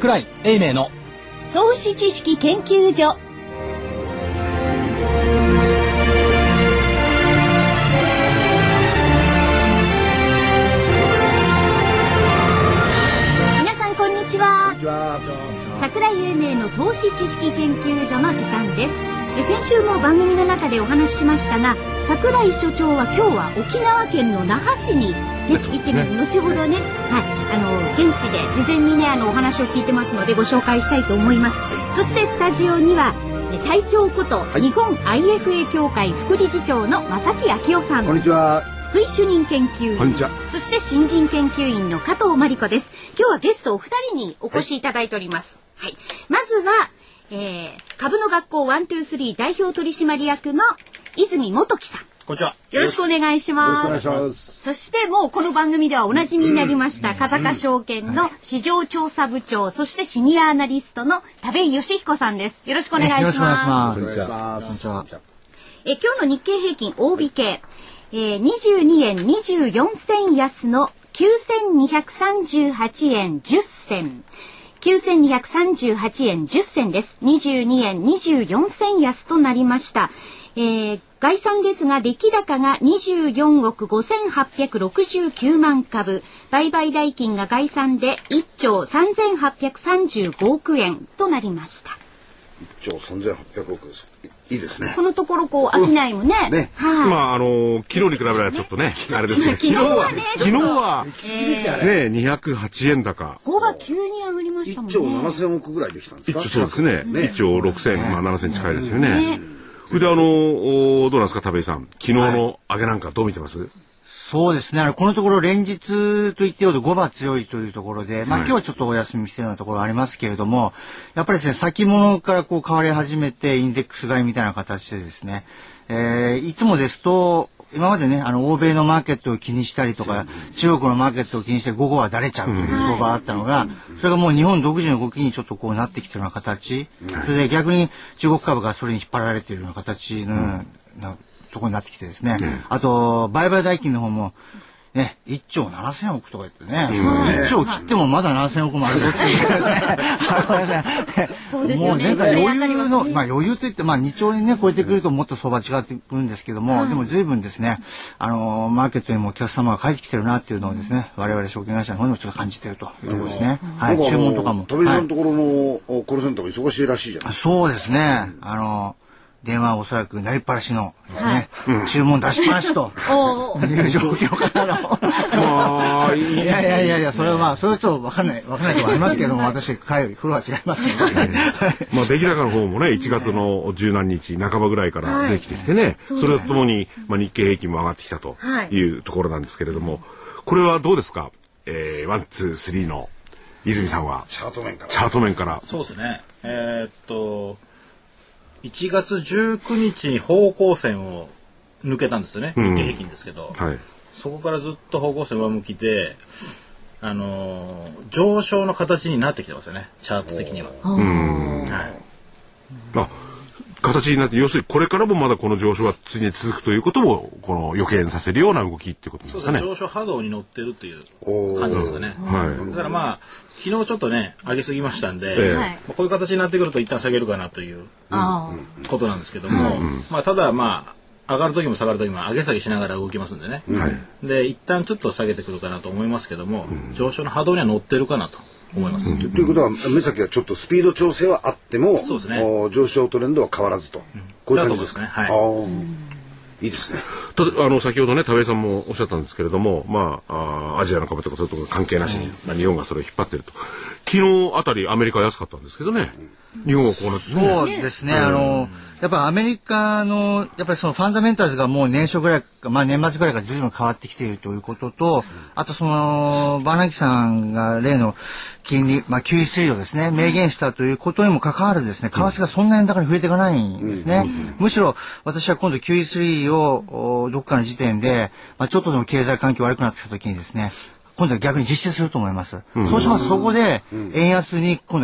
櫻井英明の投資知識研究所。皆さんこんにちは。櫻井英明の投資知識研究所の時間です。先週も番組の中でお話ししましたが、櫻井所長は今日は沖縄県の那覇市に行ってみる、後ほどね、現地で事前にねお話を聞いてますのでご紹介したいと思います。そしてスタジオには隊長こと、日本 IFA 協会副理事長の正木昭夫さん。 こんにちは。 福井主任研究員、そして新人研究員の加藤真理子です。今日はゲストお二人にお越しいただいております。まずは、株の学校123代表取締役の泉元樹さん。 こんにちは。 よろしくお願いします。 よろしくお願いします。 そしてもうこの番組ではおなじみになりました、風賀証券の市場調査部長、そしてシニアアナリストの田部井義彦さんです。よろしくお願いします。 よろしくお願いします。 今日の日経平均大引け、22円24銭安の9238円10銭。9238円10銭です。22円24銭安となりました。概算ですが、出来高が24億5869万株、売買代金が概算で1兆3835億円となりました。 1兆3800億です。いいですね。 このところ商いもね、 昨日に比べればちょっとねあれですけど、昨日はね208円高。 5は急に上がりましたもんね。 1兆7000億ぐらいできたんですか。 そうですね。1兆6000、7000近いですよね。それでどうなんですか、田部井さん。昨日の上げなんかどう見てます？ そうですね。このところ連日と言ってようと5番強いというところで、今日はちょっとお休みしているようなところありますけれども、やっぱりですね、先物から変わり始めてインデックス買いみたいな形でですね、いつもですと、今までね、欧米のマーケットを気にしたりとか、中国のマーケットを気にして午後はだれちゃうという相場があったのが、それがもう日本独自の動きにちょっとなってきているような形、それで逆に中国株がそれに引っ張られているような形のところになってきてですね、あと売買代金の方もね、1兆7000億とか言ってね、1兆切ってもまだ7000億もあるぞっていうですね。 そうですよね。 もうなんか余裕の、余裕といって2兆円ね超えてくるともっと相場違ってくるんですけども、でも随分ですね、マーケットにもお客様が帰ってきてるなっていうのをですね、我々証券会社の方にもちょっと感じているというところですね。注文とかも。 田部井さんのところのコールセンターも忙しいらしいじゃないですか。そうですね。 電話はおそらくなりっぱなしのですね、注文出しっぱなしという状況かなと。いや、それはそれはちょっと分かんないところありますけども、私、フロア違いますので。 出来高の方もね、1月の十何日半ばぐらいからできてきてね、それとともに、日経平均も上がってきたというところなんですけれども、これはどうですか、1、2、3の泉さんは。 チャート面から。 そうですね。 1月19日に方向線を抜けたんですよね、日経平均ですけど、そこからずっと方向線上向きで、上昇の形になってきてますよね、チャート的には。 形になって、要するにこれからもまだこの上昇は次に続くということも予見させるような動きっていうことですかね。 上昇波動に乗ってるという感じですかね。だから昨日ちょっとね上げすぎましたんで、こういう形になってくると一旦下げるかなということなんですけども、ただ上がる時も下がる時も上げ下げしながら動きますんでね、で一旦ちょっと下げてくるかなと思いますけども、上昇の波動には乗ってるかなと思います。 ということは目先はちょっとスピード調整はあっても、上昇トレンドは変わらずと、こういう感じですかね。いいですね。 ただ先ほどね田部井さんもおっしゃったんですけれども、アジアの株とかそういうところ関係なしに、日本がそれを引っ張ってると。昨日あたりアメリカ安かったんですけどね、日本はこうなってね。 そうですね。やっぱアメリカのやっぱりそのファンダメンタルズがもう年初ぐらい年末ぐらいから随分変わってきているということと、あとバーナキさんが例の金利QE3をですね明言したということにもかかわらずですね、為替がそんなに高に触れていかないんですね。むしろ私は今度 QE3 をどっかの時点でちょっとでも経済環境悪くなってきた時にですね、今度は逆に実施すると思います。そうしますとそこで円安に今度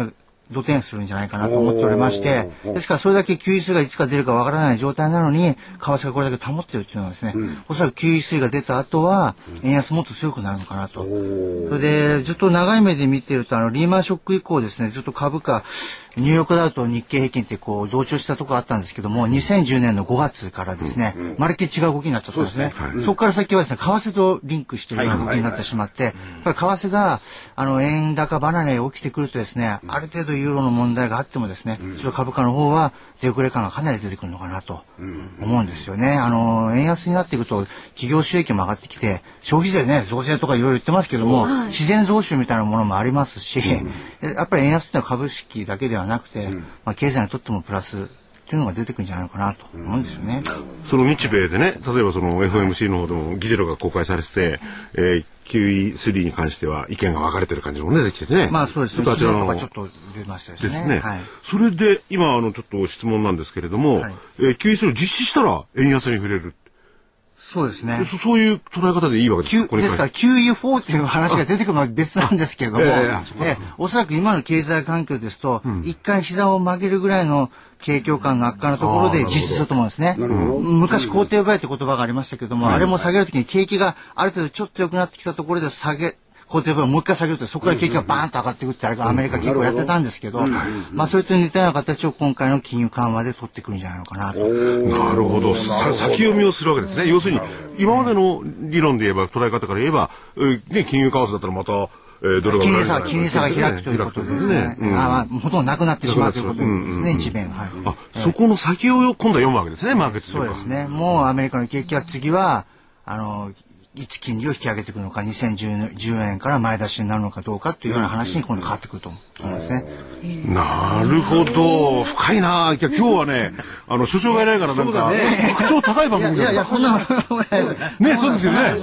土点するんじゃないかなと思っておりまして、ですからそれだけ QE3 がいつか出るかわからない状態なのに為替がこれだけ保っているっていうのはですね、おそらく QE3 が出た後は円安もっと強くなるのかなと。それでずっと長い目で見ているとリーマンショック以降ですね、ずっと株価ニューヨークダウと日経平均ってこう同調したところあったんですけども、2010年の5月からですね、まるっきり違う動きになっちゃったんですね。そこから先はですね、為替とリンクしているような動きになってしまって、やっぱり為替が円高離れ起きてくるとですね、ある程度ユーロの問題があってもですね、その株価の方は出遅れ感がかなり出てくるのかなと思うんですよね。円安になっていくと企業収益も上がってきて、消費税ね、増税とかいろいろ言ってますけども、自然増収みたいなものもありますし、やっぱり円安ってのは株式だけではなくて、経済にとってもプラスというのが出てくるんじゃないのかなと思うんですよね。 その日米でね、例えばその FOMC の方でも議事録が公開されてて、QE3 に関しては意見が分かれてる感じも出てきててね。 そうですね。昨日とかちょっと出ましたですね。 ですね。それで今ちょっと質問なんですけれども、QE3 を実施したら円安に触れる。 そうですね。 そういう捉え方でいいわけですか。 ですから QE4 っていう話が出てくるのは別なんですけれども、おそらく今の経済環境ですと、一回膝を曲げるぐらいの景況感の悪化のところで実施すると思うんですね。昔肯定倍って言葉がありましたけども、あれも下げるときに景気がある程度ちょっと良くなってきたところで肯定倍をもう一回下げると、そこから景気がバーンと上がっていくって、あれがアメリカ結構やってたんですけど、それと似たような形を今回の金融緩和で取ってくるんじゃないのかなと。 なるほど。先読みをするわけですね。要するに今までの理論で言えば、捉え方から言えば、金融緩和だったらまた金利差が開くということですね。ほとんどなくなってしまうということですね、一面。 そこの先を今度は読むわけですね、マーケットで。 そうですね。もうアメリカの景気は次は、いつ金利を引き上げてくるのか、2014年から前出しになるのかどうかというような話に今度変わってくると思うんですね。 なるほど。深いな。今日はね、所長がいないからなんか、格調高い番組だ。 いや、そんな。 ね、そうですよね。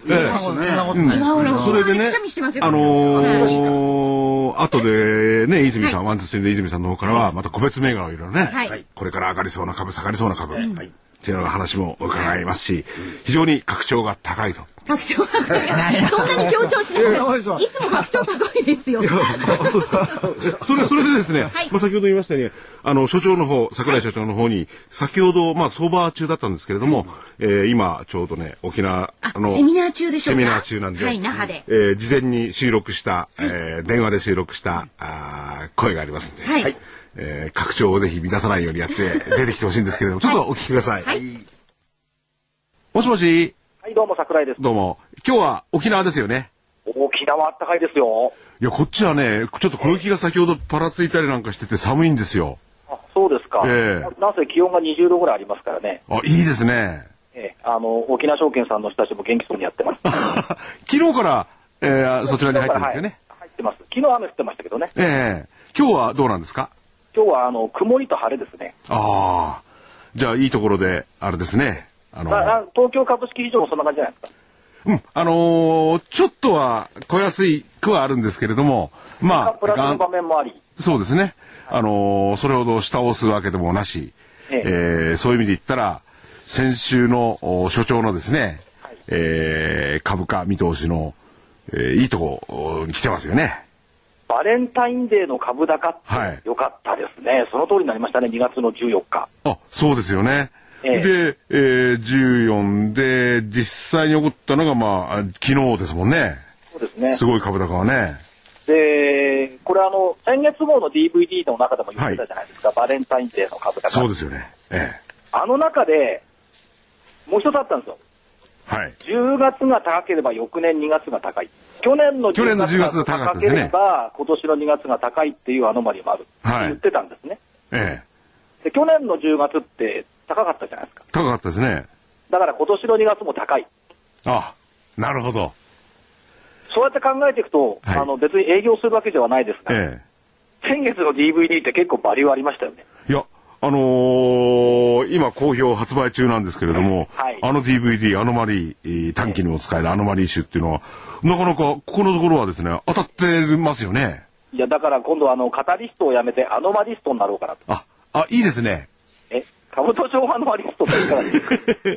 それでね、後でね、泉さん、ワンツースリーで泉さんの方からは、また個別銘柄をいろいろね、これから上がりそうな株、下がりそうな株。っていうのが話も伺いますし、非常に格調が高いと。 格調が高い。そんなに強調しないで。いつも格調高いですよ。 そうですか。それでですね、先ほど言いましたように、所長の方、櫻井所長の方に、先ほど、相場中だったんですけれども、今、ちょうどね、沖縄の、 セミナー中でしょうか。 セミナー中なんで、 那覇で。 事前に収録した、電話で収録した、声がありますんで、拡張をぜひ乱さないようにやって出てきてほしいんですけれども、ちょっとお聞きください。もしもし。 はい、どうも桜井です。 どうも。今日は沖縄ですよね。 沖縄あったかいですよ。 いや、こっちはね、ちょっと小雪が先ほどパラついたりなんかしてて寒いんですよ。 そうですか。なんせ気温が20度ぐらいありますからね。 いいですね。 沖縄証券さんの人たちも元気そうにやってます。 昨日から、そちらに入ってるんですよね。 入ってます。昨日雨降ってましたけどね。 今日はどうなんですか？ 今日は曇りと晴れですね。 じゃあいいところであれですね。 東京株式市場もそんな感じじゃないですか。 ちょっとは小安いくはあるんですけれども、 プラスの場面もあり。 そうですね。それほど下を押すわけでもなし、そういう意味で言ったら先週の所長のですね、株価見通しの、いいとこに来てますよね。 バレンタインデーの株高って良かったですね。その通りになりましたね。2月の14日。 そうですよね。で、14で実際に起こったのが昨日ですもんね。 そうですね。 すごい株高はね。 で、これ先月号の DVD の中でも言ってたじゃないですか。バレンタインデーの株高。 そうですよね。 あの中でもう一つあったんですよ。10月が高ければ翌年2月が高い。去年の10月が高ければ今年の2月が高いっていうアノマリもあるって言ってたんですね。で去年の10月って高かったじゃないですか。 高かったですね。 だから今年の2月も高い。 なるほど。 そうやって考えていくと、別に営業するわけではないですが、先月の DVD って結構バリューありましたよね。いや、 今好評発売中なんですけれども、DVD アノマリー短期にも使えるアノマリー種っていうのはなかなかここのところはですね当たってますよね。 いやだから今度カタリストをやめてアノマリストになろうかなと。 いいですね。 株と情アノマリストっていかがですか？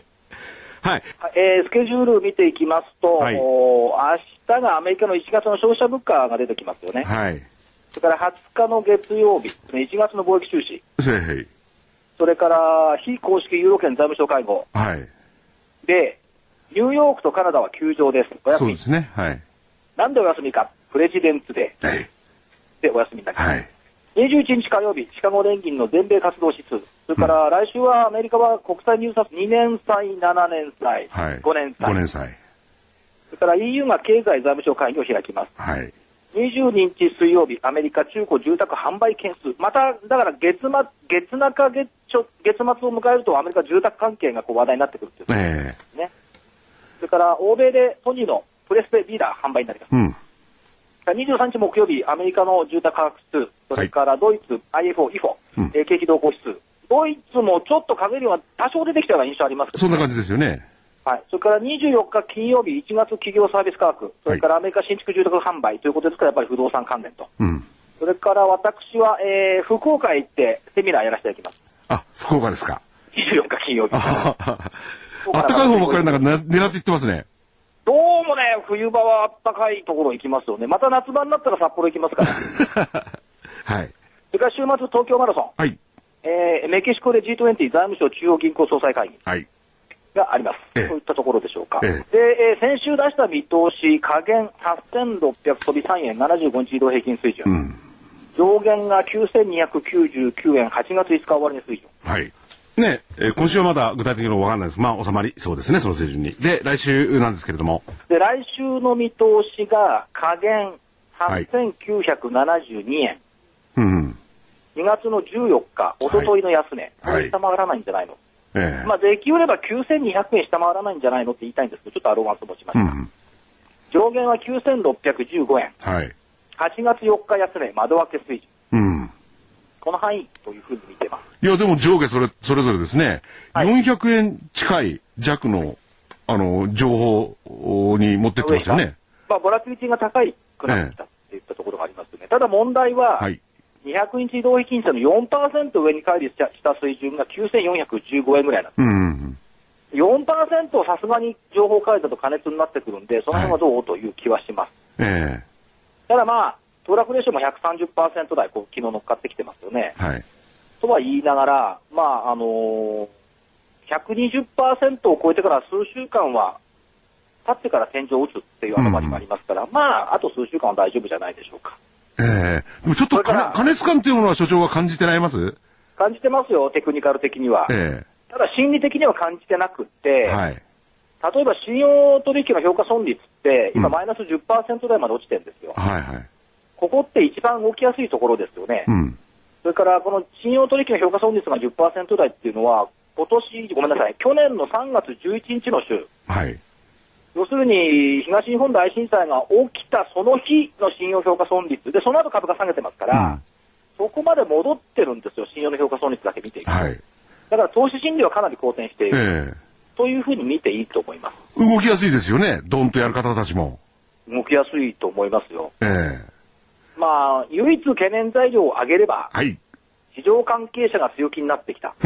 スケジュール見ていきますと、明日がアメリカの1月の消費者物価が出てきますよね。 それから20日の月曜日、1月の貿易収支、それから非公式ユーロ圏財務省会合、 はい、 で、ニューヨークとカナダは休場です。お休み。 そうですね。はい。 なんでお休みか、プレジデンツデー、はい、でお休みになります。はい、21日火曜日、シカゴ連銀の全米活動指数、それから来週はアメリカは国際入札2年債、7年債、はい、5年債。5年債。それから EU が経済財務省会議を開きます。はい。22日水曜日、アメリカ中古住宅販売件数、まただから月末を迎えるとアメリカ住宅関係がこう話題になってくるっていうですね。それから欧米でソニーのプレステビーダー販売になります。23日木曜日、アメリカの住宅価格指数、それからドイツ、IFO、IFO、景気動向指数、ドイツもちょっと陰りは多少出てきたような印象ありますけど、ね、 そんな感じですよね。 はい、それから24日金曜日、1月企業サービス価格、それからアメリカ新築住宅販売ということですから、やっぱり不動産関連と。それから私は、福岡へ行ってセミナーやらせていただきます。 あ、福岡ですか。 24日金曜日。 あったかい方ばっかりなんか狙っていってますね。 どうもね、冬場はあったかいところ行きますよね。また夏場になったら札幌行きますから。はい。それから週末東京マラソン。はい。メキシコで G20 財務省中央銀行総裁会議。はい。があります。そういったところでしょうか。で、先週出した見通し、下限8600飛び3円75日移動平均水準。上限が9299円8月5日終わりの水準。はい。 ね、今週はまだ具体的には分からないです。まあ、収まりそうですね、その水準に。で、来週なんですけれども。 で、来週の見通しが下限8972円。2月の14日、おとといの安値。これ下回らないんじゃないの？まあ、できれば9200円下回らないんじゃないのって言いたいんですけど、ちょっとアロガンス持ちました。上限は9615円。はい。8月4日安値、窓開け水準。この範囲というふうに見てます。 いや、でも上下それぞれですね。はい、400円近い弱の、情報に持ってってますよね。 まあ、ボラティリティが高くなってきたっていったところがありますよね。ただ問題は、はい、200日移動平均線の 4% 上に乖離した水準が9415円ぐらいなんです。4% をさすがに情報開示だと過熱になってくるんで、その辺はどうという気はします。ただまあ、騰落レーションも 130% 台、昨日乗っかってきてますよね。はい。とは言いながら、まあ、120% を超えてから数週間は、経ってから天井を打つっていう頭もありますから、まあ、あと数週間は大丈夫じゃないでしょうか。 でもちょっと過熱感というものは所長は感じてないます？ 感じてますよ、テクニカル的には。ただ心理的には感じてなくって、はい、例えば信用取引の評価損率って、今マイナス 10% 台まで落ちてるんですよ。はいはい。ここって一番動きやすいところですよね。それからこの信用取引の評価損率が 10% 台っていうのは、今年、ごめんなさい、去年の3月11日の週。はい。要するに、東日本大震災が起きたその日の信用評価損率で、その後株価下げてますから、そこまで戻ってるんですよ、信用の評価損率だけ見ていくと。はい。だから投資心理はかなり好転している。というふうに見ていいと思います。 動きやすいですよね、ドンとやる方たちも。 動きやすいと思いますよ。まあ、唯一懸念材料を挙げれば、はい、市場関係者が強気になってきた。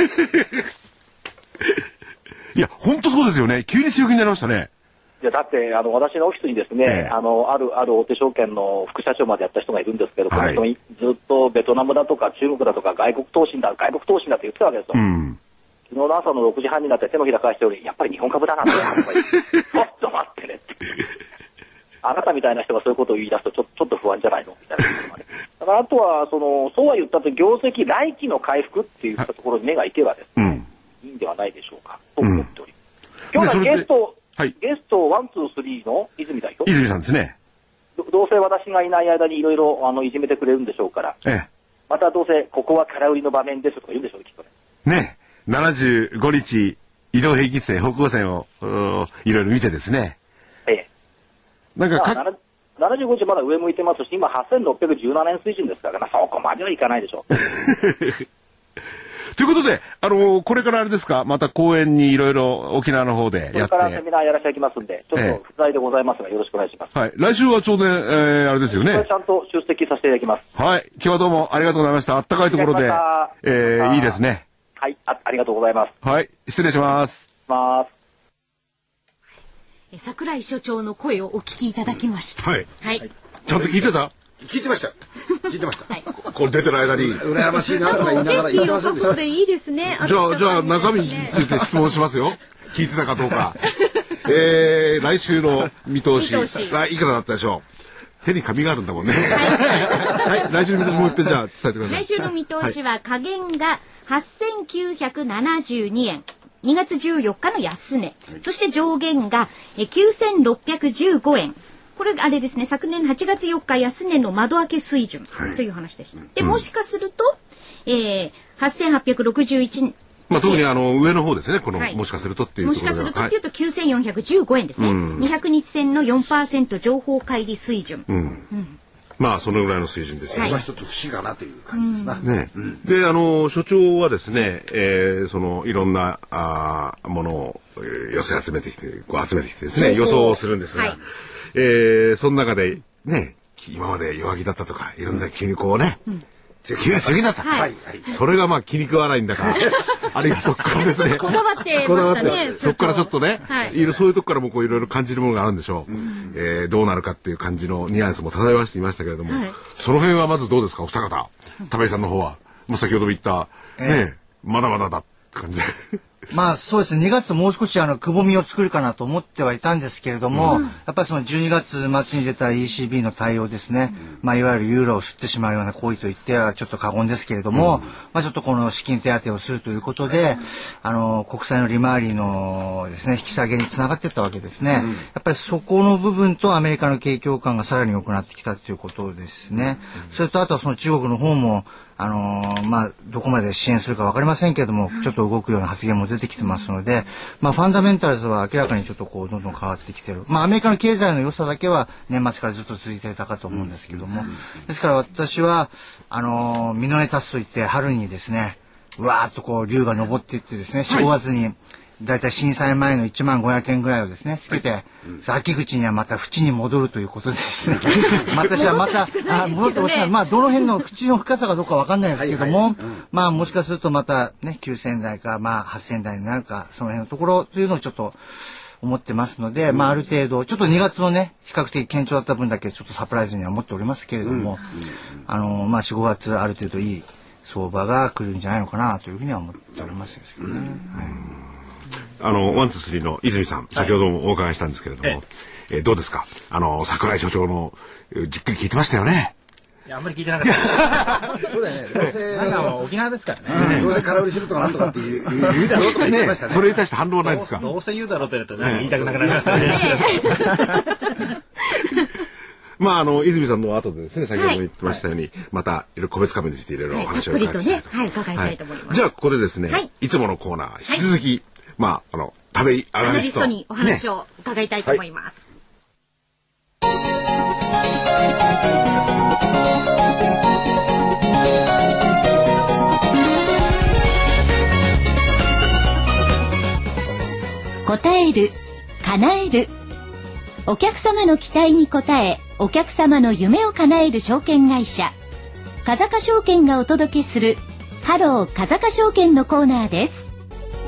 いや、本当そうですよね。急に強気になりましたね。 いや、だって、私のオフィスにですね、ある大手証券の副社長までやった人がいるんですけど、この人ずっとベトナムだとか中国だとか外国投資だって言ってたわけですよ。昨日の朝の6時半になって手のひら返しており、やっぱり日本株だなって、ちょっと待ってねって。あなたみたいな人がそういうことを言い出すとちょっと不安じゃないのみたいなことまで。だからあとはそうは言ったって業績来期の回復っていったところに目がいけばですね、いいんではないでしょうかと思っております。今日のゲスト1、2、3の泉代表。 泉さんですね。 どうせ私がいない間にいろいろいじめてくれるんでしょうから、またどうせここは空売りの場面ですとか言うんでしょうね、きっとね。 ね、75日移動平均線、北欧線をいろいろ見てですね。 なんか75日まだ上向いてますし、今8617円水準ですから、そこまではいかないでしょう。 ということで、これからあれですか、また公演にいろいろ沖縄の方でやって。それからセミナーやらせていきますんで、ちょっと不在でございますが、よろしくお願いします。 はい。来週はちょうど、あれですよね。 ちゃんと出席させていただきます。 はい。今日はどうもありがとうございました。あったかいところで、いいですね。 はい。ありがとうございます。 はい。失礼します。 櫻井所長の声をお聞きいただきました。 はい。はい。ちゃんと聞いてた？ 聞いてました。聞いてました。 これ出てる間に。 羨ましいなとか言いながら言ってませんでした。 いいですね。 じゃあ中身について質問しますよ。聞いてたかどうか。来週の見通し。いくらだったでしょう。手に紙があるんだもんね。はい。来週の見通しもう一遍じゃあ伝えてください。 来週の見通しは下限が8972円。2月14日の安値。そして上限が9615円。これあれですね、昨年8月4日安値の窓開け水準という話でした。で、もしかすると、8861 まあ特に上の方ですね、この、もしかするとっていうところでは。 もしかするとっていうと9415円ですね。200日線の 4% 情報乖離水準。 まあそのぐらいの水準ですよ。 まあ一つ節かなという感じですな。 ね。で所長はですね、そのいろんなものを寄せ集めてきてですね、予想をするんですが、その中でね、今まで弱気だったとかいろんな急にこうね。強気だった。それがまあ気に食わないんだから。あれがそっからですね。 こだわってましたね。 そっからちょっとね、そういうとこからもこういろいろ感じるものがあるんでしょう。どうなるかっていう感じのニュアンスも漂わせていましたけれども、その辺はまずどうですか、お二方。田部井さんの方は。もう先ほども言った、ね、まだまだだって感じで。 まあそうですね、2月もう少しくぼみを作るかなと思ってはいたんですけれども、やっぱりその12月末に出た ECB の対応ですね、まあいわゆるユーロを吸ってしまうような行為といってはちょっと過言ですけれども、まあちょっとこの資金手当をするということで、国債の利回りのですね、引き下げにつながっていったわけですね。やっぱりそこの部分とアメリカの景況感がさらに良くなってきたということですね。それとあとはその中国の方も、まあ、どこまで支援するか分かりませんけれども、ちょっと動くような発言も出てきてますので、まあ、ファンダメンタルズは明らかにちょっとこう、どんどん変わってきてる。まあ、アメリカの経済の良さだけは年末からずっと続いていたかと思うんですけども、ですから私は、ミノエタスといって春にですね、うわーっとこう、竜が昇っていってですね、4、5月に、だいたい震災前の15,000円ぐらいをですね、つけて、秋口にはまた縁に戻るということでですね。私はまた、戻ってほしい。まあ、どの辺の縁の深さかどうかわかんないですけども、まあ、もしかするとまたね、9,000台か、まあ、8,000台になるか、その辺のところというのをちょっと思ってますので、まあ、ある程度、ちょっと2月のね、比較的堅調だった分だけちょっとサプライズには思っておりますけれども、まあ、4、5月ある程度いい相場が来るんじゃないのかなというふうには思っておりますけどね。 ワン、ツー、スリーの泉さん、先ほどもお伺いしたんですけれども、どうですか、櫻井所長のじっくり聞いてましたよね。 いや、あんまり聞いてなかった。 そうだよね。どうせなんか沖縄ですからね。 どうせ空売りするとかなんとかって言うだろうとか言ってましたね。 それに対して反論はないですか。 どうせ言うだろうって言ったら言いたくなくなりますよね。 まあ泉さんの後でですね、先ほども言ってましたように、また個別株についていろいろお話を伺いたいと。 伺いたいと思います。 じゃあここでですね、いつものコーナー引き続き、まあ田部井アナリストにお話を伺いたいと思います。答える、叶える。お客様の期待に応え、お客様の夢を叶える証券会社風賀証券がお届けするハロー風賀証券のコーナーです。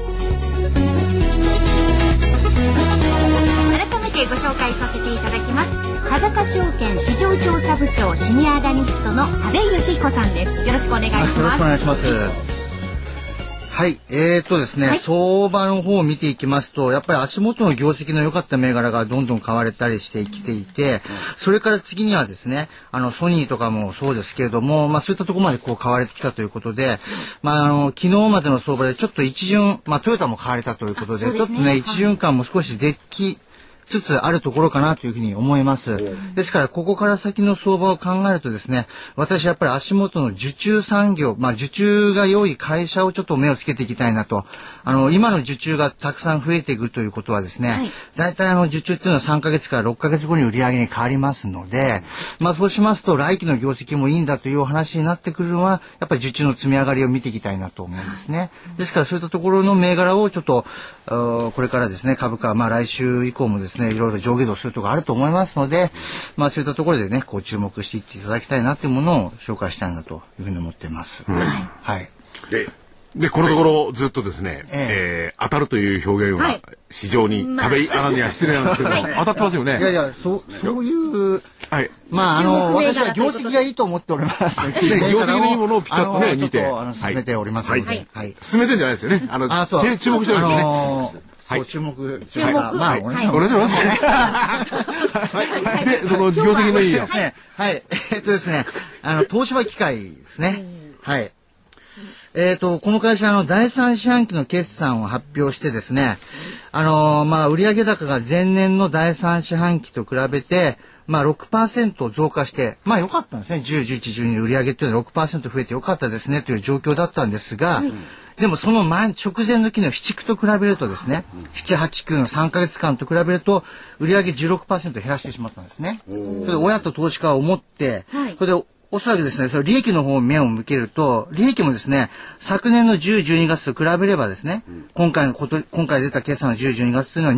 改めてご紹介させていただきます。風賀証券市場調査部長シニアアナリストの田部井義彦さんです。よろしくお願いします。 よろしくお願いします。はい。ですね、相場の方を見ていきますと、やっぱり足元の業績の良かった銘柄がどんどん買われたりしてきていて、それから次にはですね、ソニーとかもそうですけれども、まあそういったところまでこう買われてきたということで、まあ昨日までの相場でちょっと一巡、まあトヨタも買われたということで、ちょっとね、一巡感も少しできつつあるところかなというふうに思います。ですからここから先の相場を考えるとですね、私やっぱり足元の受注産業、まあ受注が良い会社をちょっと目をつけていきたいなと。今の受注がたくさん増えていくということはですね、大体受注っていうのは3ヶ月から6ヶ月後に売り上げに変わりますので、まあそうしますと来期の業績もいいんだというお話になってくるのは、やっぱり受注の積み上がりを見ていきたいなと思うんですね。ですからそういったところの銘柄をちょっと、これからですね、株価、まあ来週以降もですね、いろいろ上下動するところがあると思いますので、まあそういったところでね、こう注目していっていただきたいなというものを紹介したいなというふうに思っています。はい。 で、このところずっとですね、当たるという表現は市場に食べ穴には失礼なんですけど、当たってますよね。 いやいや、そういう、はい。まあ、私は業績がいいと思っております。 業績のいいものをピカッとね、見て。 進めておりますので。 はい。進めてんじゃないですよね。注目してるんですね。 そう、注目。 まあ、お願いします。 で、その業績のいいやつ。 はい。ですね、東芝機械ですね。はい。この会社第3四半期の決算を発表してですね、売上高が前年の第3四半期と比べて、6% 増加して、良かったんですね。10、11、12の売上っていうのは 6% 増えて良かったですねという状況だったんですが、でもその直前の期の7、9と比べるとですね、7、8、9の3ヶ月間と比べると、売上 16% 減らしてしまったんですね。それで親と投資家は思って、それでおそらくですね、その利益の方を目を向けると、利益もですね、昨年の10、12月と比べればですね、今回出た決算の10、12月というのは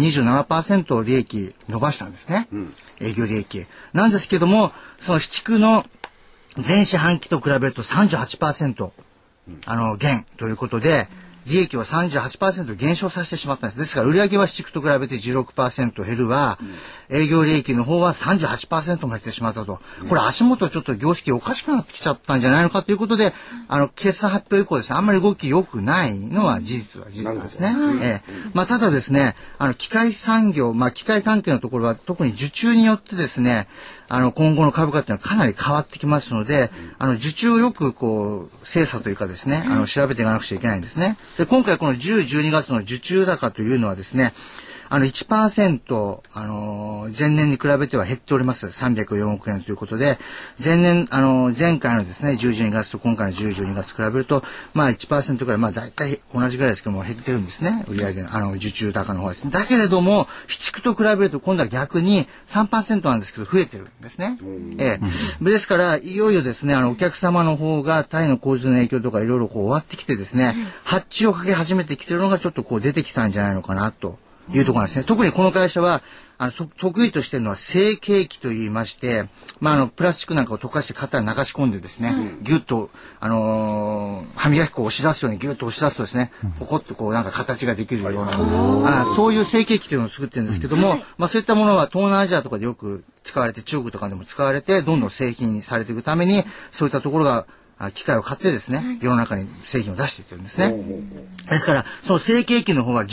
27% 利益伸ばしたんですね。営業利益。なんですけども、その7、9の前四半期と比べると 38%、減ということで、利益は 38% 減少させてしまったんです。ですから、売上は7、9と比べて 16% 減るわ、営業利益の方は 38% も減ってしまったと。これ足元ちょっと業績おかしくなってきちゃったんじゃないのかということで、決算発表以降ですね、あんまり動き良くないのは事実ですね。ただですね、機械産業、機械関係のところは特に受注によってですね、今後の株価っていうのはかなり変わってきますので、受注をよく精査というかですね、調べていかなくちゃいけないんですね。で、今回この10、12月の受注高というのはですね、1%、前年に比べては減っております。304億円ということで、前回のですね、10、12月と今回の10、12月比べると、1% ぐらい、大体同じぐらいですけども、減ってるんですね。売上受注高の方ですね。だけれども、7、9と比べると今度は逆に 3% なんですけど、増えてるんですね。ですから、いよいよですね、お客様の方がタイの洪水の影響とかいろいろ終わってきてですね、発注をかけ始めてきてるのがちょっと出てきたんじゃないのかなと。いうところなんですね。特にこの会社は、得意としているのは成形機と言いまして、プラスチックなんかを溶かして型に流し込んでですね、ギュッと、歯磨き粉を押し出すようにギュッと押し出すとですね、ポコッとなんか形ができるような、そういう成形機というのを作ってるんですけども、そういったものは東南アジアとかでよく使われて、中国とかでも使われて、どんどん製品にされていくために、そういったところが、機械を買ってですね、世の中に製品を出していってるんですね。ですから、その成形機の方は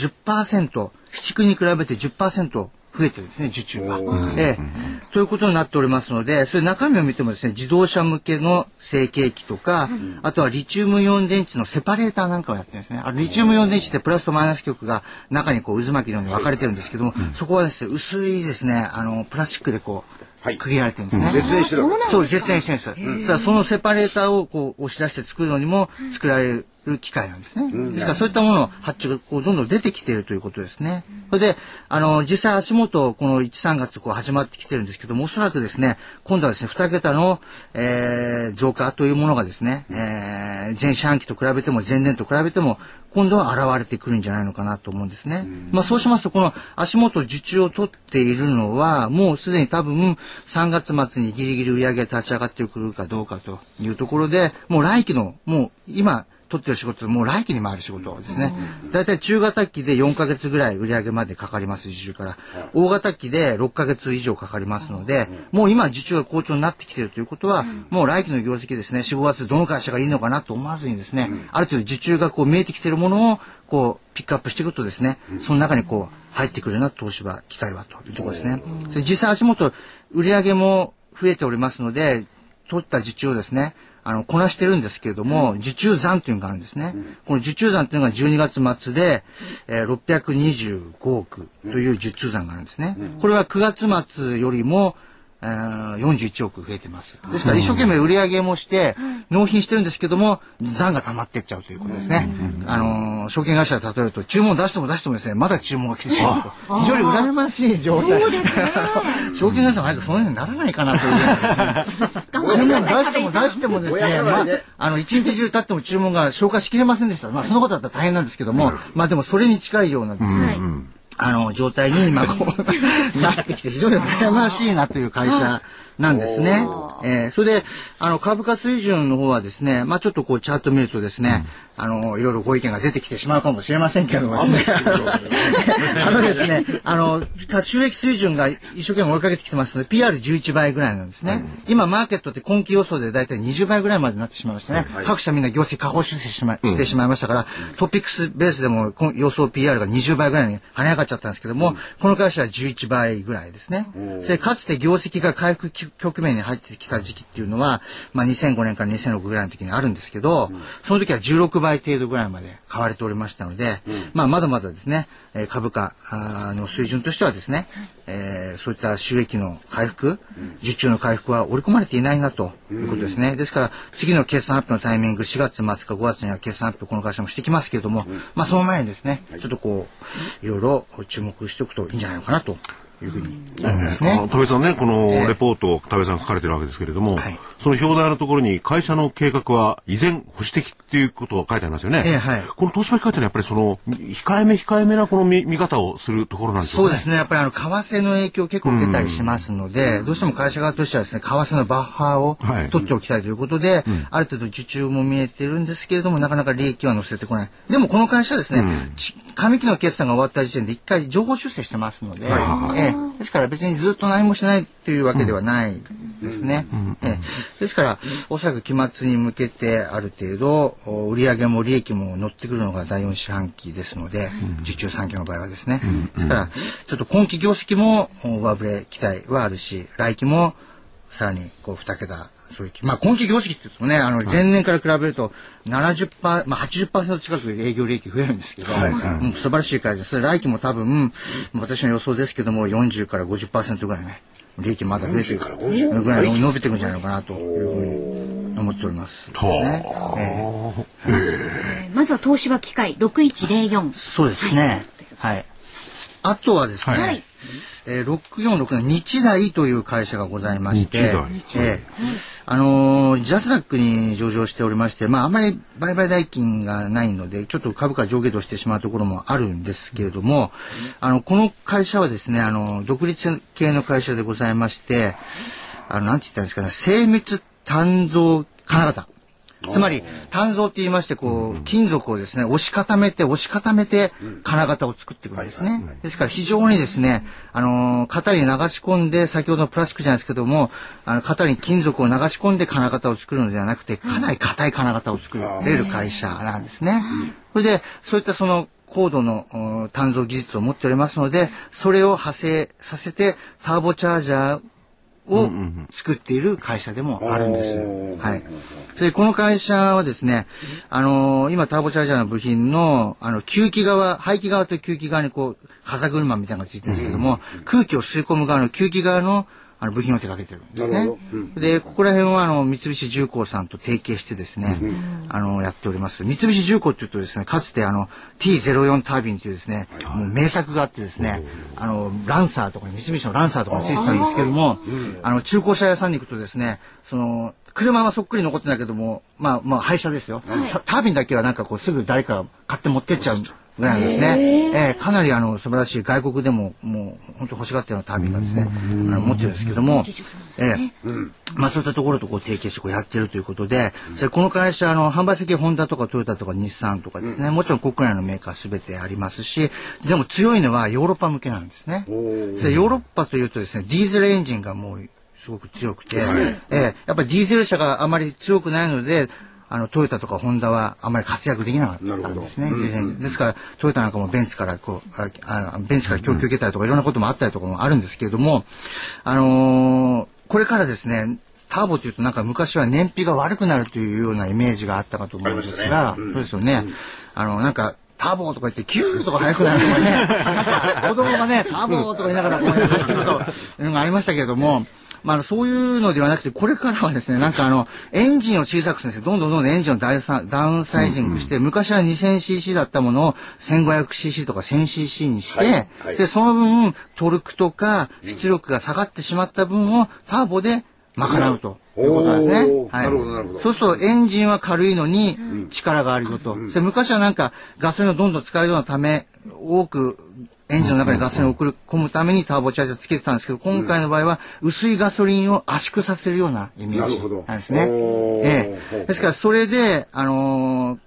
10%、7、9に比べて 10% 増えてるんですね、受注が。ということになっておりますので、それ中身を見てもですね、自動車向けの成形機とか、あとはリチウムイオン電池のセパレーターなんかをやってるんですね。リチウムイオン電池ってプラスとマイナス極が中に渦巻きのように分かれてるんですけども、そこはですね、薄いですね、プラスチックで区切られてるんですね。 絶縁してる。 そう、絶縁してるんです。そのセパレーターを押し出して作るのにも作られる機械なんですね。ですからそういったものの発注がどんどん出てきているということですね。それで、実際足元、この1、3月始まってきてるんですけども、おそらくですね、今度はですね、2桁の、増加というものがですね、前四半期と比べても、前年と比べても、今度は現れてくるんじゃないのかなと思うんですね。そうしますと、この足元受注を取っているのは、もうすでに多分3月末にギリギリ売り上げが立ち上がってくるかどうかというところで、もう来期の、もう今、取ってる仕事、もう来期に回る仕事ですね。だいたい中型機で4ヶ月ぐらい売り上げまでかかります、受注から。大型機で6ヶ月以上かかりますので、もう今受注が好調になってきているということは、もう来期の業績ですね、4、5月どの会社がいいのかなと思わずにですね、ある程度受注が見えてきているものを、ピックアップしていくとですね、その中に入ってくるような東芝機械はというところですね。実際足元、売り上げも増えておりますので、取った受注をですね、こなしてるんですけれども、受注残というのがあるんですね。この受注残というのが12月末で、625億という受注残があるんですね。これは9月末よりも、41億増えてます。ですから一生懸命売り上げもして納品してるんですけども、残が溜まっていっちゃうということですね。証券会社で例えると注文出してもですね、まだ注文が来てしまうと。非常に羨ましい状態です。証券会社も早くそのようにならないかなという。注文出してもですね、一日中経っても注文が消化しきれませんでした。そのことだったら大変なんですけども、でもそれに近いようなですね、状態に今なってきて非常に羨ましいなという会社なんですね。それで、株価水準の方はですね、ちょっとチャート見るとですね、 いろいろご意見が出てきてしまうかもしれませんけどもですね。ですね、収益水準が一生懸命追いかけてきてますので、PR11 倍ぐらいなんですね。今、マーケットって今期予想でだいたい20倍ぐらいまでになってしまいましたね。各社みんな業績下方修正してしまいましたから、トピックスベースでも予想 PR が20倍ぐらいに跳ね上がっちゃったんですけども、この会社は11倍ぐらいですね。で、かつて業績が回復局面に入ってきた時期っていうのは、2005年から2006ぐらいの時にあるんですけど、その時は16倍程度ぐらいまで買われておりましたので、まだまだですね、株価の水準としてはですね、そういった収益の回復、受注の回復は織り込まれていないなということですね。ですから次の決算発表のタイミング、4月末か5月には決算発表この会社もしてきますけれども、その前にですね、ちょっといろいろ注目しておくといいんじゃないのかなというふうに思いますね。 田部さんね、このレポートを田部さん書かれてるわけですけれども、その表題のところに会社の計画は依然保守的っていうことが書いてありますよね。この東芝機械ってのはやっぱりその控えめなこの見方をするところなんですよね。 そうですね。やっぱり為替の影響を結構受けたりしますので、どうしても会社側としてはですね、為替のバッファーを取っておきたいということで、ある程度受注も見えてるんですけれども、なかなか利益は乗せてこない。でもこの会社はですね、上期の決算が終わった時点で一回情報修正してますので、ですから別にずっと何もしないというわけではないですね。ですからおそらく期末に向けてある程度売上も利益も乗ってくるのが第4四半期ですので、受注産業の場合はですね。ですからちょっと今期業績も上振れ期待はあるし、来期もさらに2桁そういう今期業績って言うとね、前年から比べると70%、80% 近く営業利益増えるんですけど、素晴らしい会社です。それ来期も多分、私の予想ですけども、40から 50% ぐらいね、利益まだ増えていくぐらい伸びていくんじゃないのかなというふうに思っております。 まずは東芝機械6104。 そうですね。あとはですね、6467日大という会社がございまして、ジャスダックに上場しておりまして、あんまり売買代金がないので、ちょっと株価上下動してしまうところもあるんですけれども、この会社はですね、独立系の会社でございまして、なんて言ったらいいんですかね、精密鍛造金型。つまり鍛造って言いまして金属をですね押し固めて金型を作っていくんですね。ですから非常にですね型に流し込んで、先ほどのプラスチックじゃないですけども型に金属を流し込んで金型を作るのではなくて、かなり硬い金型を作れる会社なんですね。それでそういったその高度の鍛造技術を持っておりますので、それを派生させてターボチャージャーを作っている会社でもあるんです。でこの会社はですね、今ターボチャージャーの部品の吸気側、排気側と吸気側に風車みたいなのがついてるんですけども、空気を吸い込む側の吸気側の部品を手掛けてるんですね。でここら辺は三菱重工さんと提携してですね、やっております。三菱重工っていうとですね、かつてT04 タービンというですね、もう名作があってですね、ランサーとか三菱のランサーとかについてたんですけども、中古車屋さんに行くとですね、車はそっくり残ってないけども、廃車ですよ。タービンだけはすぐ誰かが買って持ってっちゃうぐらいなんですね。かなり素晴らしい、外国でももう本当欲しがってるようなタービンがですね、持ってるんですけども、そういったところと提携してやってるということで、この会社販売先ホンダとかトヨタとか日産とかですね、もちろん国内のメーカーすべてありますし、でも強いのはヨーロッパ向けなんですね。ヨーロッパというとですね、ディーゼルエンジンがもうすごく強くて、やっぱりディーゼル車があまり強くないので、トヨタとかホンダはあまり活躍できなかったんですね。ですからトヨタなんかもベンツから供給受けたりとかいろんなこともあったりとかもあるんですけれども、これからですね、ターボというと昔は燃費が悪くなるというようなイメージがあったかと思うんですが、そうですよね。ターボとか言ってキューとか速くなるとかね、子供がねターボとか言いながら走ってるというのがありましたけれども、そういうのではなくて、これからはですね、エンジンを小さくするんですよ。どんどんエンジンをダウンサイジングして、昔は 2000cc だったものを 1500cc とか 1000cc にして、で、その分、トルクとか出力が下がってしまった分をターボで賄うということなんですね。そうするとエンジンは軽いのに力があるよと。昔はガソリンをどんどん使うようなため、多くエンジンの中にガソリンを送り込むためにターボチャージャーつけてたんですけど、今回の場合は薄いガソリンを圧縮させるようなイメージなんですね。ですからそれで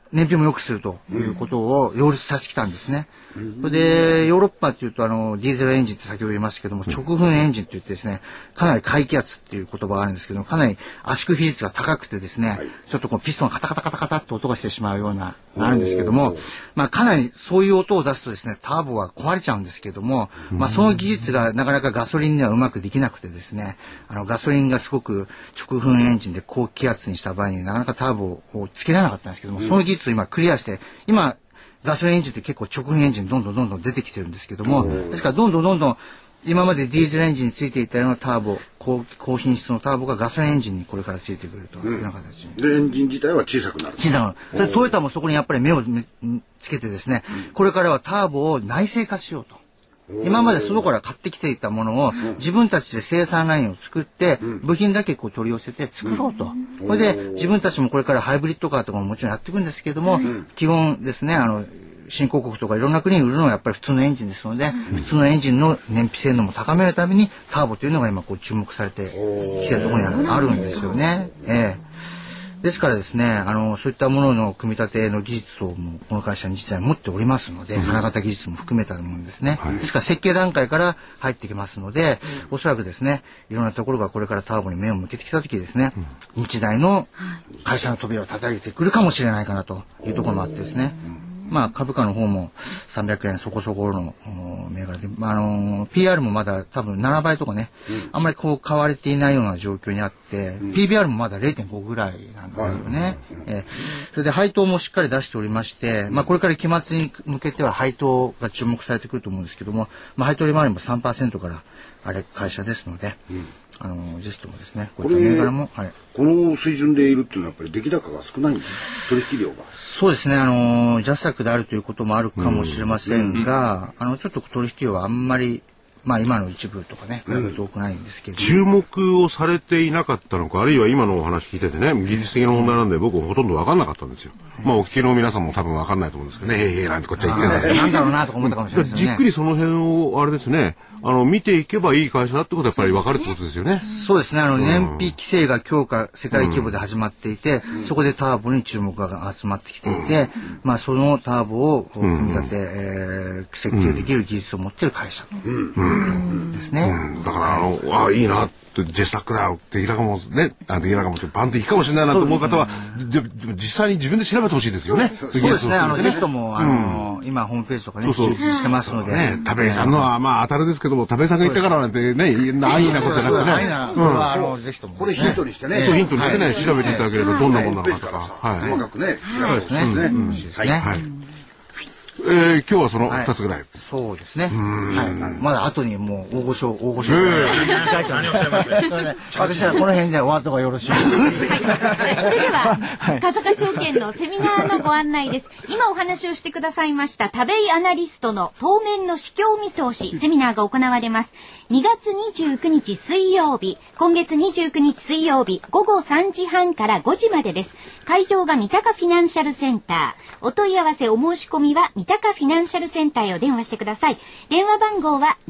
燃費も良くするということを両立させてきたんですね。それでヨーロッパっていうとディーゼルエンジンって先ほど言いましたけども、直噴エンジンといってですね、かなり回気圧っていう言葉があるんですけども、かなり圧縮比率が高くてですね、ちょっとこうピストンがカタカタカタカタって音がしてしまうようなあるんですけども、かなりそういう音を出すとですね、ターボは壊れちゃうんですけども、その技術がなかなかガソリンにはうまくできなくてですね、ガソリンがすごく直噴エンジンで高気圧にした場合になかなかターボをつけられなかったんですけども、その技術を今クリアして、今ガソリンエンジンって結構直噴エンジンどんどん出てきてるんですけども、ですからどんどん今までディーゼルエンジンについていたようなターボ、高品質のターボがガソリンエンジンにこれからついてくるというような形に。 でエンジン自体は小さくなる。 小さくなる。トヨタもそこにやっぱり目をつけてですね、これからはターボを内製化しようと。今まで外から買ってきていたものを自分たちで生産ラインを作って部品だけこう取り寄せて作ろうと。これで自分たちもこれからハイブリッドカーとかももちろんやっていくんですけども、基本ですね、新興国とかいろんな国に売るのはやっぱり普通のエンジンですので、普通のエンジンの燃費性能も高めるためにターボというのが今こう注目されてきてるところにあるんですよね。ですからですね、そういったものの組み立ての技術をもうこの会社に実際持っておりますので、金型技術も含めたものですね。ですから設計段階から入ってきますので、おそらくですね、いろんなところがこれからターボに目を向けてきたときですね、日大の会社の扉を叩いてくるかもしれないかなというところもあってですね、株価の方も300円そこそこの銘柄で、PR もまだ多分7倍とかね、あんまりこう買われていないような状況にあって、PBR もまだ 0.5 ぐらいなんですよね。それで配当もしっかり出しておりまして、これから期末に向けては配当が注目されてくると思うんですけども、配当利回りも 3% からあれ会社ですので、ぜひともですね、こういった銘柄も、 この水準でいるっていうのはやっぱり出来高が少ないんですか、取引量が。 そうですね、ジャスダックであるということもあるかもしれませんが、ちょっと取引量はあんまり、今の一部とかね、比べると多くないんですけど、 注目をされていなかったのか、あるいは今のお話聞いててね、技術的な問題なんで僕ほとんど分かんなかったんですよ。お聞きの皆さんも多分分かんないと思うんですけどね、へいへいなんてこっちは言ってない。 なんだろうなとか思ったかもしれないですね。 じっくりその辺をあれですね、見ていけばいい会社だってことはやっぱり分かるってことですよね。 そうですね、燃費規制が強化世界規模で始まっていて、そこでターボに注目が集まってきていて、そのターボを組み立て、設計できる技術を持っている会社ですね。 だからいいなってジェスタックだ出来高もね、出来高もバンといいかもしれないなと思う方は、でも実際に自分で調べてほしいですよね。 そうですね、ぜひとも今ホームページとかね充実してますので、 田部井さんのは当たるですけども、田部井さんが言ったからなんてね、いいなことじゃなくてね、 ぜひともこれヒントにしてね、 ヒントにしてね、調べていただければどんなものなのかとか、 細かくね調べてほしいですね。 今日はその2つぐらい。 そうですね。まだ後にもう大御所。 何をおっしゃいますね。 私はこの辺で終わった方がよろしい。それでは、風賀証券のセミナーのご案内です。今お話をしてくださいました田部井アナリストの当面の市況見通しセミナーが行われます。2月29日水曜日、今月29日水曜日午後3時半から5時までです。会場が三鷹フィナンシャルセンター。お問い合わせお申し込みは三鷹フィナンシャルセンターへお電話してください。電話番号は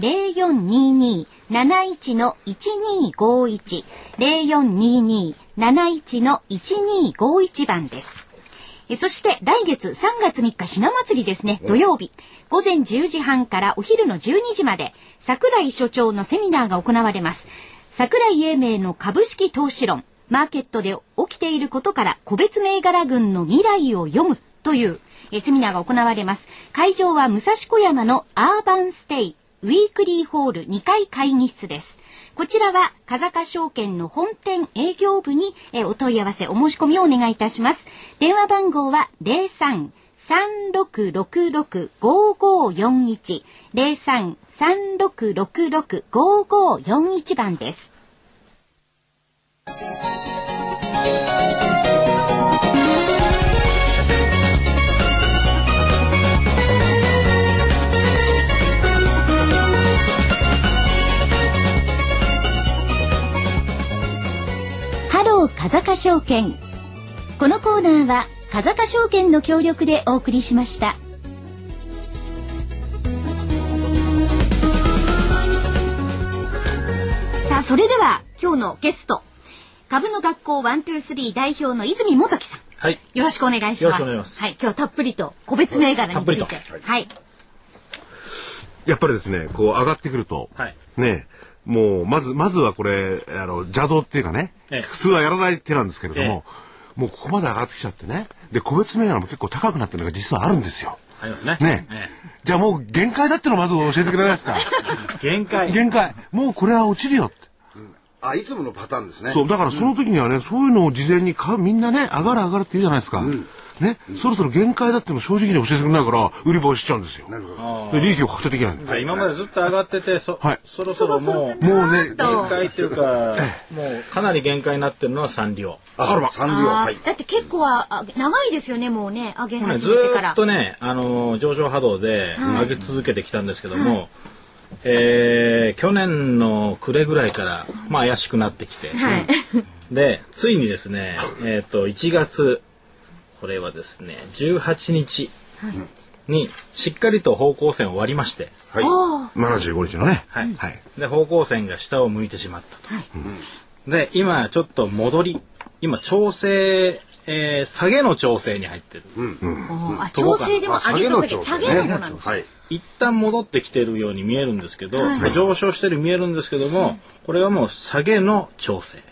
0422-71-1251 0422-71-1251番です。そして来月3月3日ひな祭りですね、土曜日午前10時半からお昼の12時まで櫻井所長のセミナーが行われます。櫻井英明の株式投資論、マーケットで起きていることから個別銘柄群の未来を読むというセミナーが行われます。会場は武蔵小山のアーバンステイウィークリーホール2階会議室です。こちらは風賀証券の本店営業部にお問い合わせお申し込みをお願いいたします。電話番号は 03-3666-5541 03-3666-5541番です。ハロー風賀証券。このコーナーは風賀証券の協力でお送りしました。さあ、それでは今日のゲスト、株の学校123代表の泉元樹さん、 はい。よろしくお願いします。よろしくお願いします。はい。今日たっぷりと個別銘柄について。はい。 やっぱりですね、こう上がってくると、はい、ね、もうまずはこれ邪道っていうかね、普通はやらない手なんですけれども、もうここまで上がってきちゃってね、で個別銘柄も結構高くなってるのが実はあるんですよ。 ありますね。 ね、じゃあもう限界だってのをまず教えてくれないですか。 限界。 もうこれは落ちるよって。 いつものパターンですね。 そう、だからその時にはね、そういうのを事前にみんなね、上がるって言うじゃないですか。ね、そろそろ限界だってのを正直に教えてくれないから、売り場をしちゃうんですよ。なるほど。で、利益を確定できない。 今までずっと上がってて、そろそろもうね、限界っていうか、もうかなり限界になってるのはサンリオ。 サンリオ。 だって結構は長いですよね、もうね、上げ始めてから。 ずっとね、上昇波動で上げ続けてきたんですけども、去年の暮れぐらいからまあ怪しくなってきて、でついにですね、1月これはですね18日にしっかりと方向線を割りまして、 75日のね、 で方向線が下を向いてしまったと。で今ちょっと今調整下げの調整に入ってる。 調整でも上げと下げの方なんです。 一旦戻ってきてるように見えるんですけど、上昇してる見えるんですけども、これはもう下げの調整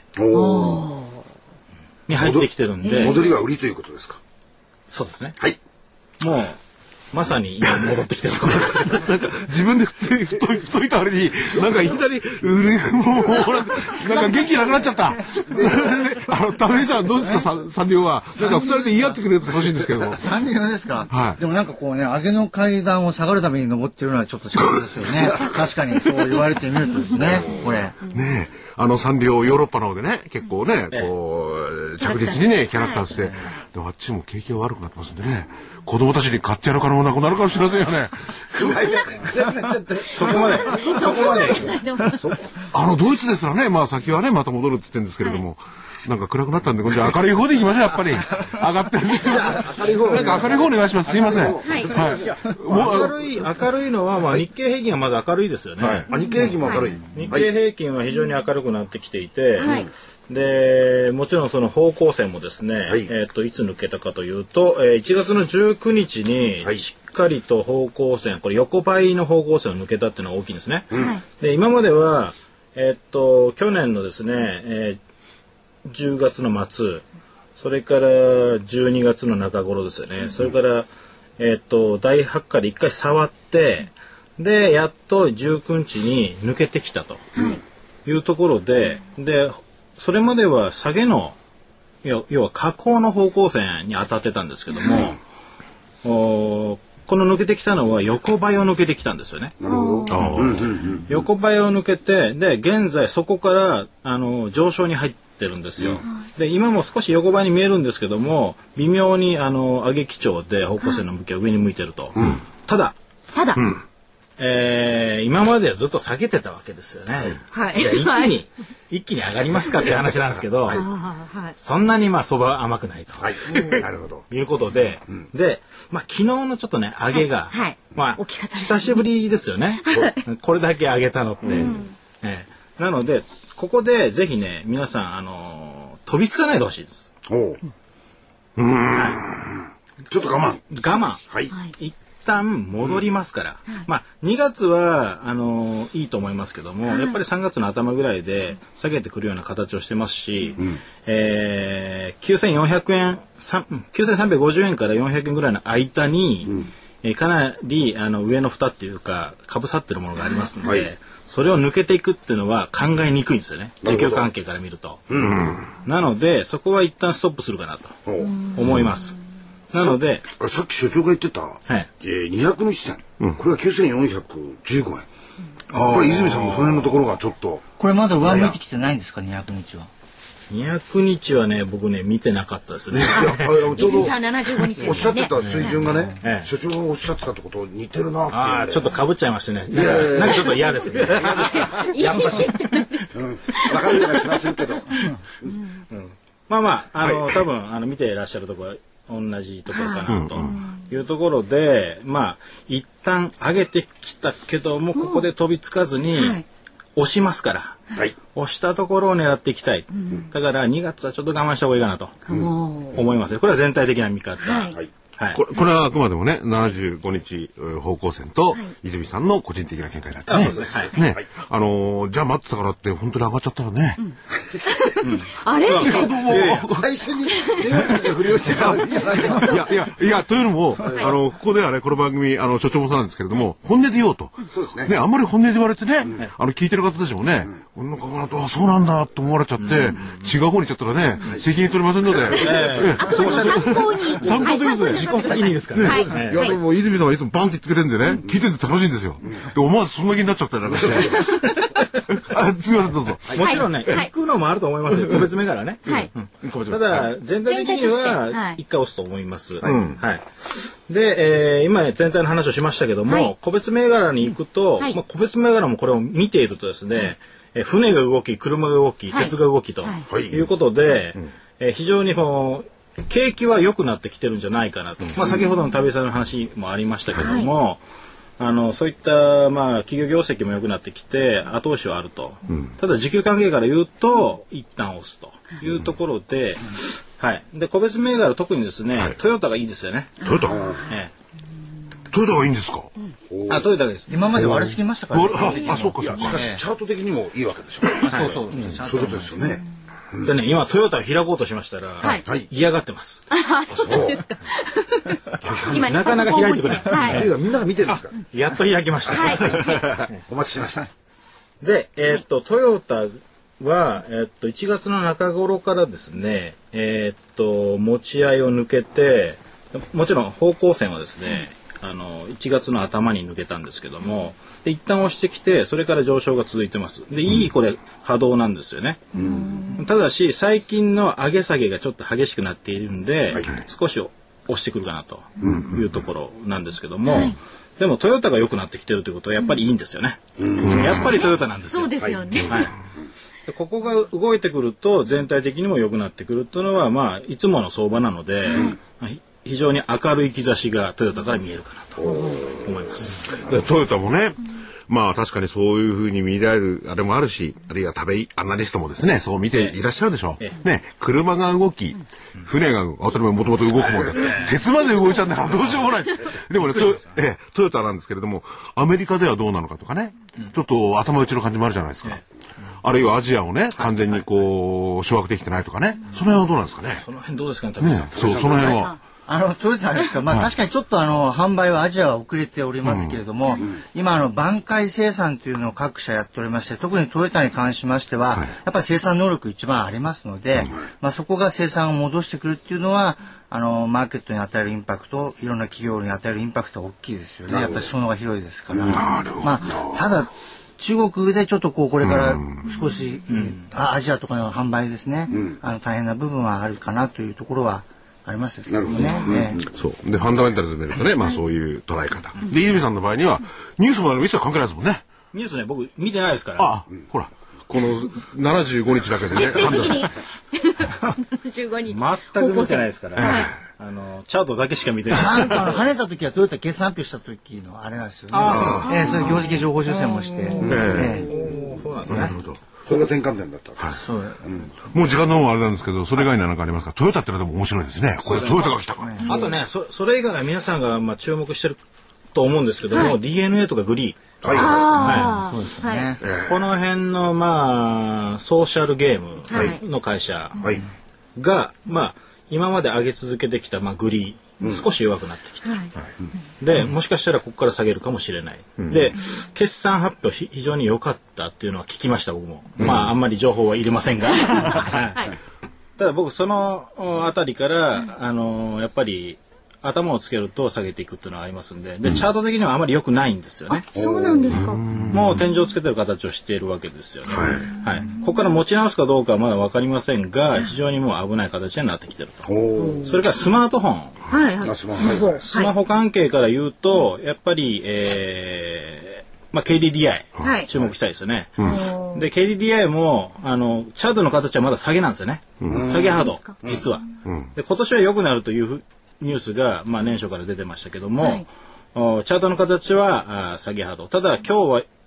に入ってきてるんで、 戻りは売りということですか。 そうですね。 はい。 もうまさに今戻ってきてるところですけど、 なんか自分で太いた割になんかいきなりもうなんか元気なくなっちゃった。田部さんどうですか、サンリオはなんか2人で言い合ってくれると欲しいんですけど。 サンリオですか。はい。でもなんかこうね、上げの階段を下がるために登ってるのはちょっと違うんですよね。確かにそう言われてみるとですね、これ。 ねえ、サンリオヨーロッパの方でね、結構ね、こう着実にねキャラクターして、であっちも景気が悪くなってますんでね。子供たちに買ってやる金もなくなるかもしれませんよね。 そこまで。 ドイツですらね、まあ先はね、また戻るって言ってるんですけれども、なんか暗くなったんで、今度は明るい方で行きましょう、やっぱり。上がってる。なんか明るい方お願いします。すいません。 明るいのは、まあ日経平均はまだ明るいですよね。 日経平均も明るい。 日経平均は非常に明るくなってきていて、でもちろんその方向線もですね、いつ抜けたかというと、1月の19日にしっかりと方向線、これ横ばいの方向線を抜けたっていうのが大きいんですね。で今までは、去年のですね、10月の末、それから12月の中頃ですよね。それから大発火で一回触って、でやっと19日に抜けてきたというところで、それまでは下げの要は下降の方向線に当たってたんですけども、この抜けてきたのは横ばいを抜けてきたんですよね。なるほど。横ばいを抜けて、で現在そこから上昇に入ってるんですよ。で今も少し横ばいに見えるんですけども、微妙に上げ基調で方向線の向きは上に向いてると。ただ。今まではずっと下げてたわけですよね。じゃあ一気に上がりますかっていう話なんですけど、そんなにまあ相場は甘くないと、 なるほどいうことで、まあ昨日のちょっとね上げが、まあ久しぶりですよね。これだけ上げたのって。なのでここでぜひね皆さん飛びつかないでほしいです。 ちょっと我慢。 一旦戻りますから、まあ2月はいいと思いますけども、やっぱり3月の頭ぐらいで下げてくるような形をしてますし、9400円9350円から400円ぐらいの間に、かなり上の蓋っていうかかぶさってるものがありますので、それを抜けていくっていうのは考えにくいんですよね、需給関係から見ると。なのでそこは一旦ストップするかなと思います。なのでさっき所長が言ってた、200日線、これは9415円。これ泉さんもその辺のところがちょっとこれまだ上向いてきてないんですか。200日は 200日はね僕ね見てなかったですね。 ちょうど 75日ですね。 おっしゃってた水準がね、所長がおっしゃってたとこと似てるなって。 ちょっと被っちゃいましてね。なんかちょっと嫌ですね。 やっぱし分かるような気がするけど、 まあ多分見ていらっしゃるところは同じところかなというところで、まあ一旦上げてきたけどもここで飛びつかずに押しますから、押したところを狙っていきたい。だから2月はちょっと我慢した方がいいかなと思います。これは全体的な見方。 はい、これはあくまでもね、75日方向線と泉さんの個人的な見解になってね。そうですね。ね、じゃあ待ってたからって本当に上がっちゃったらね。 あれ最初に不良してたんじゃないか。 いや、というのも、ここではね、この番組、所長もそうなんですけれども、本音で言おうと。 そうですね。 ね、あんまり本音で言われてね、聞いてる方たちもね、そうなんだと思われちゃって、違う方に行っちゃったらね、責任取れませんので。 参考に。 自己責任ですからね。 いや、でも泉さんはいつもバンって言ってくれるんでね、聞いてて楽しいんですよ。で、思わずそんな気になっちゃったりなんかして。すいません、どうぞ。 もちろんね、行くのもあると思いますよ。個別銘柄ね。ただ、全体的には一回押すと思います。はい。で、今全体の話をしましたけども、個別銘柄に行くと、個別銘柄もこれを見ているとですね、船が動き、車が動き、鉄が動きということで、非常に景気は良くなってきてるんじゃないかなと。先ほどの旅さんの話もありましたけども、そういった企業業績も良くなってきて後押しはあると。ただ需給関係から言うと一旦押すというところで、で個別銘柄特にですね、トヨタがいいですよね。 トヨタ？トヨタがいいんですか？ トヨタです。 今まで悪すぎましたからね。 そうか。 しかしチャート的にもいいわけでしょ。そういうことですよね。 でね、今トヨタを開こうとしましたら、嫌がってます。 そうですか。今なかなか開いてくれない。 みんなが見てるんですか。 やっと開きました。 お待ちしてました。 で、トヨタは1月の中頃からですね、持ち合いを抜けて、もちろん方向線はですね、1月の頭に抜けたんですけども、で一旦押してきてそれから上昇が続いてます。でいいこれ波動なんですよね。ただし最近の上げ下げがちょっと激しくなっているんで、少し押してくるかなというところなんですけども、でもトヨタが良くなってきてるということはやっぱりいいんですよね。やっぱりトヨタなんですよ。 そうですよね。 でここが動いてくると全体的にも良くなってくるというのは、いつもの相場なので、非常に明るい兆しがトヨタから見えるかなと思います。 トヨタもね、確かにそういうふうに見られるあれもあるし、あるいはアナリストもですね、そう見ていらっしゃるでしょう。ね、車が動き、船が当たり前もともと動くもんで、鉄まで動いちゃうんだからどうしようもない。でもね、トヨタなんですけれども、アメリカではどうなのかとかね、ちょっと頭打ちの感じもあるじゃないですか。あるいはアジアをね、完全に掌握できてないとかね、その辺はどうなんですかね。 その辺どうですかね、旅さん。 その辺は。 トヨタですか、確かにちょっと販売はアジアは遅れておりますけれども、今挽回生産というのを各社やっておりまして、特にトヨタに関しましては、やっぱり生産能力一番ありますので、そこが生産を戻してくるっていうのは、マーケットに与えるインパクト、いろんな企業に与えるインパクトは大きいですよね。やっぱり裾野が広いですから。ただ、中国でちょっとこれから少し、アジアとかの販売ですね、大変な部分はあるかなというところは、ありますですけどね。 そうでファンダメンタルズ見るとね、そういう捉え方。で泉さんの場合にはニュースも一切関係ないですもんね。 ニュースね僕見てないですから。 ほらこの75日だけでね。 75日。 全く見てないですから。チャートだけしか見てない。 跳ねた時はトヨタ決算発表した時のあれなんですよね。それ業績情報修正もして。そうなんですね。なるほど。 それが転換点だった。 もう時間の方はあれなんですけど、それ以外に何かありますか。トヨタってのはでも面白いですね。これトヨタが来たから。 あとね、それ以外は皆さんが注目してると思うんですけども、DNA とかグリー。 そうですね。 この辺のソーシャルゲームの会社が今まで上げ続けてきたグリー。少し弱くなってきて、でもしかしたらここから下げるかもしれない、で決算発表非常に良かったっていうのは聞きました僕も、あんまり情報はいりませんがただ僕そのあたりからやっぱり頭をつけると下げていくっていうのはありますんで、チャート的にはあまり良くないんですよね。 そうなんですか。 もう天井をつけてる形をしているわけですよね。ここから持ち直すかどうかはまだ分かりませんが、非常にもう危ない形になってきてると。それからスマートフォン、スマホ関係から言うとやっぱり、KDDI、注目したいですよね。で KDDI もチャートの形はまだ下げなんですよね。下げハード実は。で今年は良くなるというニュースが年初から出てましたけども、チャートの形は下げ波動。ただ今日は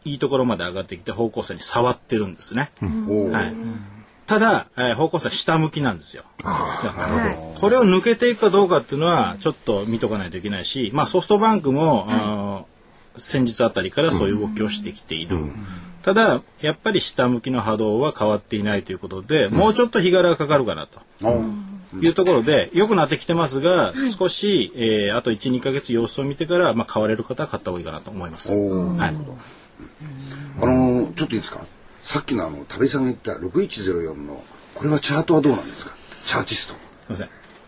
いいところまで上がってきて方向性に触ってるんですね。はい、ただ、方向性は下向きなんですよ。これを抜けていくかどうかっていうのはちょっと見とかないといけないし、ソフトバンクも、先日あたりからそういう動きをしてきている。ただやっぱり下向きの波動は変わっていないということで、もうちょっと日柄がかかるかなというところで良くなってきてますが、少し、あと 1,2 ヶ月様子を見てから、買われる方は買った方がいいかなと思います。はい、 ちょっといいですか。さっきの田部さんが言った6104のこれはチャートはどうなんですか。チャーチスト。 すいません。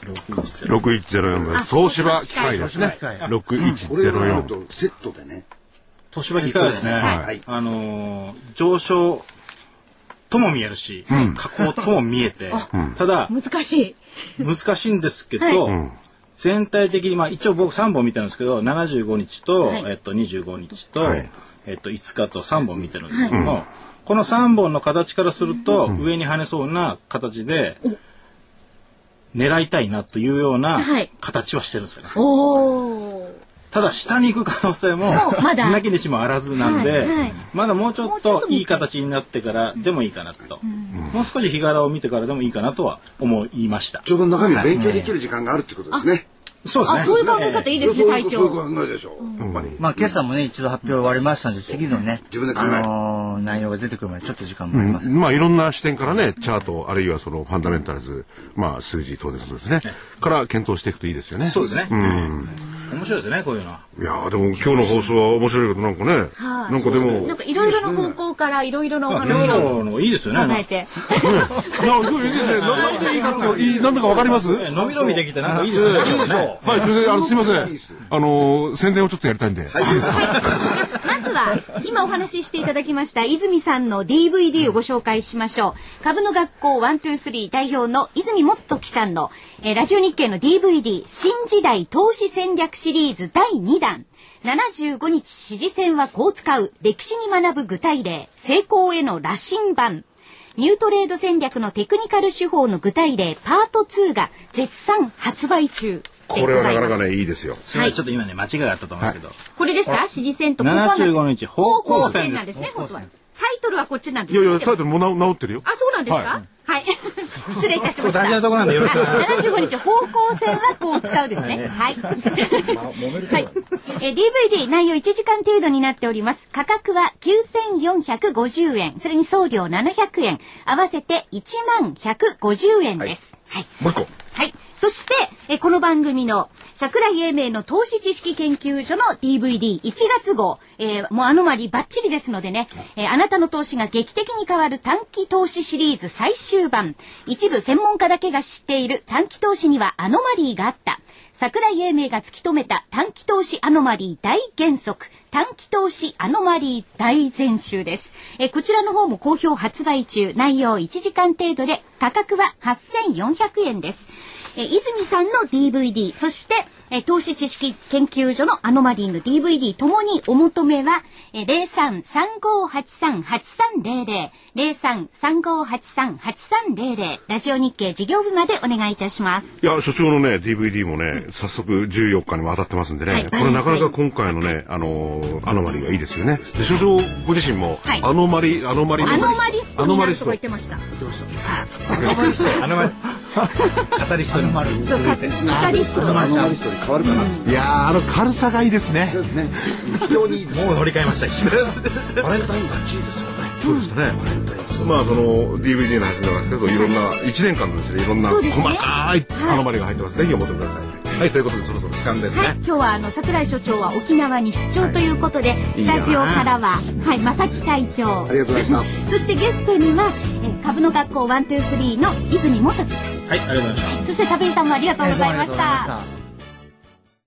6104の東芝機械ですね。6104 とセットでね。 東芝機械ですね。はい、上昇とも見えるし、下降とも見えて、ただ難しいんですけど、全体的に一応僕3本見てるんですけど、75日と、25日と、5日と3本見てるんですけども、この3本の形からすると、上に跳ねそうな形で狙いたいなというような形はしてるんですよね。ただ下に行く可能性もなきにしもあらずなんで、まだもうちょっといい形になってからでもいいかなと、もう少し日柄を見てからでもいいかなとは思いました。 ちょうど中身を勉強できる時間があるってことですね。 そうですね。 そういう考え方いいですね、隊長。 そういう考えでしょう。 今朝もね一度発表終わりましたので、次のね自分で考える内容が出てくるまでちょっと時間もあります。 いろんな視点からね、チャートあるいはそのファンダメンタルズ、数字等ですね、から検討していくといいですよね。 そうですね。面白いですね、こういうのは。 いやでも今日の放送は面白いけど、なんかね、なんかでもいろいろな方向からいろいろなお話がいいですよね。 考えて。 なんでいいかってなんだかわかります？ のびのびできてなんかいいですね。 はい、それですいません。宣伝をちょっとやりたいんで。 まずは今お話ししていただきました泉さんの DVD をご紹介しましょう。株の学校123代表の泉元樹さんの、ラジオ日経の DVD 新時代投資戦略シリーズ第2弾75日支持線はこう使う歴史に学ぶ具体例成功への羅針盤ニュートレード戦略のテクニカル手法の具体例パート2が絶賛発売中。 これはなかなかねいいですよ。 ちょっと今ね間違いがあったと思うんですけど、 これですか？支持線と 75日方向線なんですね。本当はタイトルはこっちなんです。 いやタイトルも直ってるよ。 あ、そうなんですか？はい。失礼いたしました。 大事なところなんでよろしくお願いします。 75日方向線はこう使うですね。はい。はい。DVD 内容1時間程度になっております。価格は9450円。それに送料700円。合わせて10150円です。はい。 もう一個。 はい。そして、この番組の桜井英明の投資知識研究所の DVD1 月号、もうアノマリバッチリですのでね、あなたの投資が劇的に変わる短期投資シリーズ最終版。一部専門家だけが知っている短期投資にはアノマリーがあった。桜井英明が突き止めた短期投資アノマリー大原則。短期投資アノマリー大全集です。こちらの方も好評発売中。内容1時間程度で価格は8400円です。泉さんの DVD、そして、投資知識研究所のアノマリーの DVD ともにお求めは、03-3583-8300、03-3583-8300、ラジオ日経事業部までお願いいたします。 いや、所長のね、DVD もね、早速14日にも当たってますんでね、これなかなか今回のね、アノマリーがいいですよね。で、所長ご自身も、アノマリストになるとか言ってました。 カタリストにカタリストに変わるかな。 いや軽さがいいですね。 そうですね。非常にいいです。 もう乗り換えました。 バレンタインバッチリですよね。 そうですね。その DVD の話なんですけど、いろんな1年間のうちでいろんな細かいアノマリが入ってます。ぜひお求めください。はい、ということでそろそろ時間ですね。 はい、今日は櫻井所長は沖縄に出張ということで、スタジオからは正木隊長、 ありがとうございました。 そしてゲストには株の学校123の泉元樹さん。 はい、ありがとうございました。 そして田部井さんもありがとうございました。